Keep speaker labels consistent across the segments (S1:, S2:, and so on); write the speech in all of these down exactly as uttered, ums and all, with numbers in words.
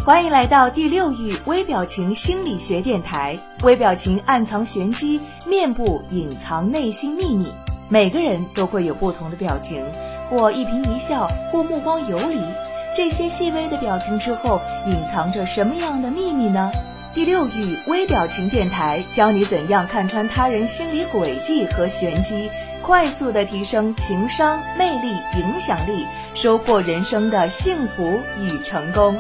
S1: 欢迎来到第六域微表情心理学电台。微表情暗藏玄机，面部隐藏内心秘密。每个人都会有不同的表情，或一颦一笑，或目光游离。这些细微的表情之后，隐藏着什么样的秘密呢？第六域微表情电台教你怎样看穿他人心理轨迹和玄机，快速地提升情商、魅力、影响力，收获人生的幸福与成功。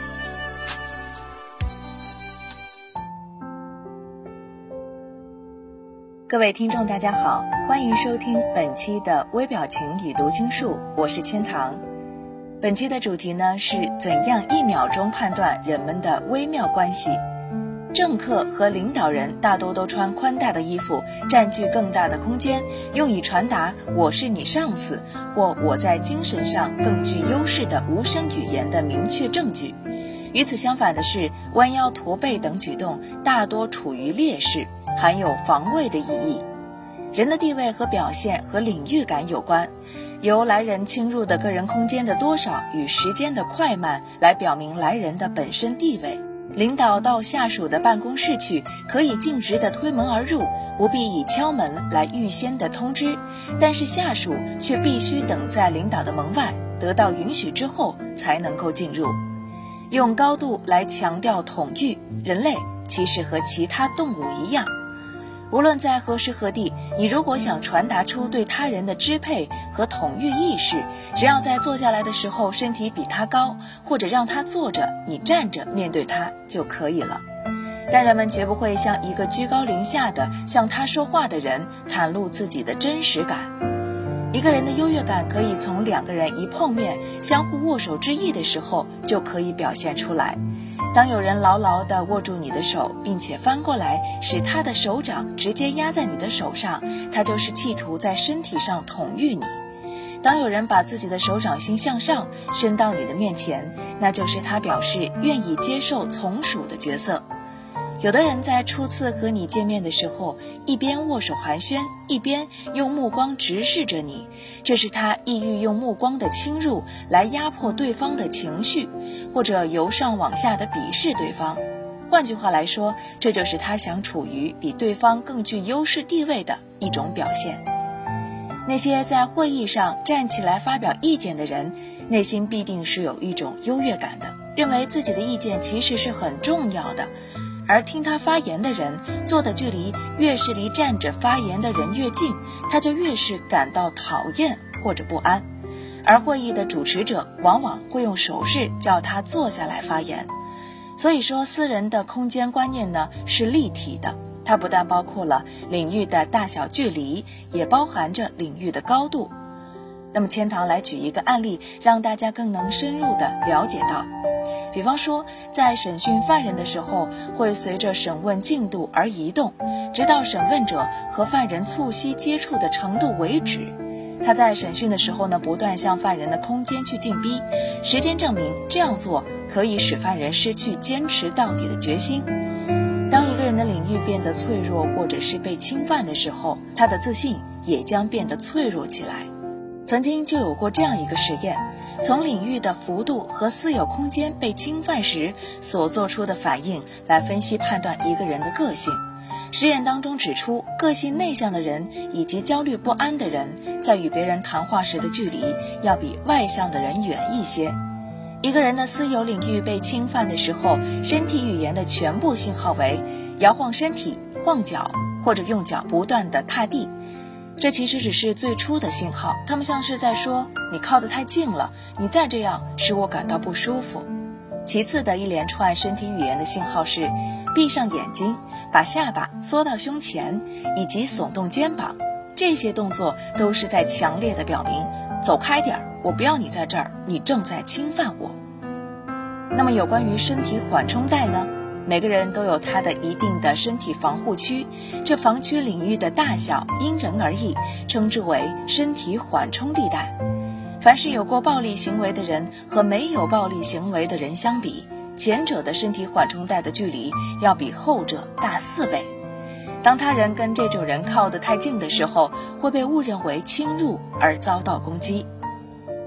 S1: 各位听众大家好，欢迎收听本期的微表情与读心术，我是千堂。本期的主题呢是怎样一秒钟判断人们的微妙关系。政客和领导人大多都穿宽大的衣服，占据更大的空间，用以传达我是你上司或我在精神上更具优势的无声语言的明确证据。与此相反的是，弯腰驼背等举动大多处于劣势，含有防卫的意义。人的地位和表现和领域感有关，由来人侵入的个人空间的多少与时间的快慢来表明来人的本身地位。领导到下属的办公室去，可以径直地推门而入，不必以敲门来预先的通知，但是下属却必须等在领导的门外，得到允许之后才能够进入。用高度来强调统御，人类其实和其他动物一样。无论在何时何地，你如果想传达出对他人的支配和统御意识，只要在坐下来的时候身体比他高，或者让他坐着，你站着面对他就可以了。但人们绝不会向一个居高临下的向他说话的人袒露自己的真实感。一个人的优越感可以从两个人一碰面相互握手致意的时候就可以表现出来。当有人牢牢地握住你的手，并且翻过来使他的手掌直接压在你的手上，他就是企图在身体上统御你。当有人把自己的手掌心向上伸到你的面前，那就是他表示愿意接受从属的角色。有的人在初次和你见面的时候，一边握手寒暄，一边用目光直视着你，这是他意欲用目光的侵入来压迫对方的情绪，或者由上往下的鄙视对方。换句话来说，这就是他想处于比对方更具优势地位的一种表现。那些在会议上站起来发表意见的人，内心必定是有一种优越感的，认为自己的意见其实是很重要的。而听他发言的人，坐的距离越是离站着发言的人越近，他就越是感到讨厌或者不安。而会议的主持者往往会用手势叫他坐下来发言。所以说，私人的空间观念呢是立体的，它不但包括了领域的大小距离，也包含着领域的高度。那么千堂来举一个案例，让大家更能深入地了解到。比方说，在审讯犯人的时候，会随着审问进度而移动，直到审问者和犯人促膝接触的程度为止。他在审讯的时候呢，不断向犯人的空间去进逼，时间证明这样做可以使犯人失去坚持到底的决心。当一个人的领域变得脆弱或者是被侵犯的时候，他的自信也将变得脆弱起来。曾经就有过这样一个实验，从领域的幅度和私有空间被侵犯时所做出的反应来分析判断一个人的个性。实验当中指出，个性内向的人以及焦虑不安的人，在与别人谈话时的距离要比外向的人远一些。一个人的私有领域被侵犯的时候，身体语言的全部信号为摇晃身体、晃脚或者用脚不断地踏地。这其实只是最初的信号，他们像是在说，你靠得太近了，你再这样使我感到不舒服。其次的一连串身体语言的信号是闭上眼睛，把下巴缩到胸前，以及耸动肩膀。这些动作都是在强烈的表明，走开点儿，我不要你在这儿，你正在侵犯我。那么有关于身体缓冲带呢？每个人都有他的一定的身体防护区，这防区领域的大小因人而异，称之为身体缓冲地带。凡是有过暴力行为的人和没有暴力行为的人相比，前者的身体缓冲带的距离要比后者大四倍。当他人跟这种人靠得太近的时候，会被误认为侵入而遭到攻击。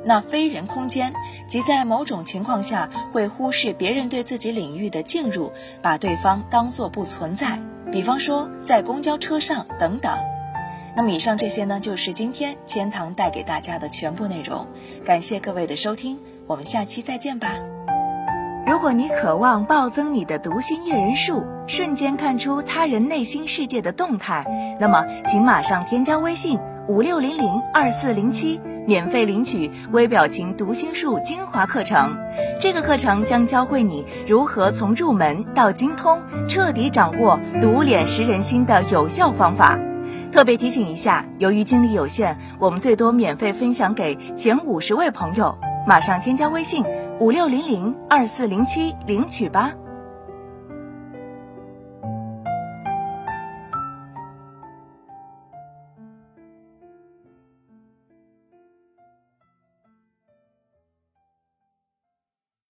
S1: 那非人空间，即在某种情况下会忽视别人对自己领域的进入，把对方当作不存在，比方说在公交车上等等。那么以上这些呢，就是今天千堂带给大家的全部内容，感谢各位的收听，我们下期再见吧。如果你渴望暴增你的读心阅人数，瞬间看出他人内心世界的动态，那么请马上添加微信五六零零二四零七，免费领取微表情读心术精华课程。这个课程将教会你如何从入门到精通，彻底掌握读脸识人心的有效方法。特别提醒一下，由于精力有限，我们最多免费分享给前五十位朋友，马上添加微信五六零零二四零七领取吧。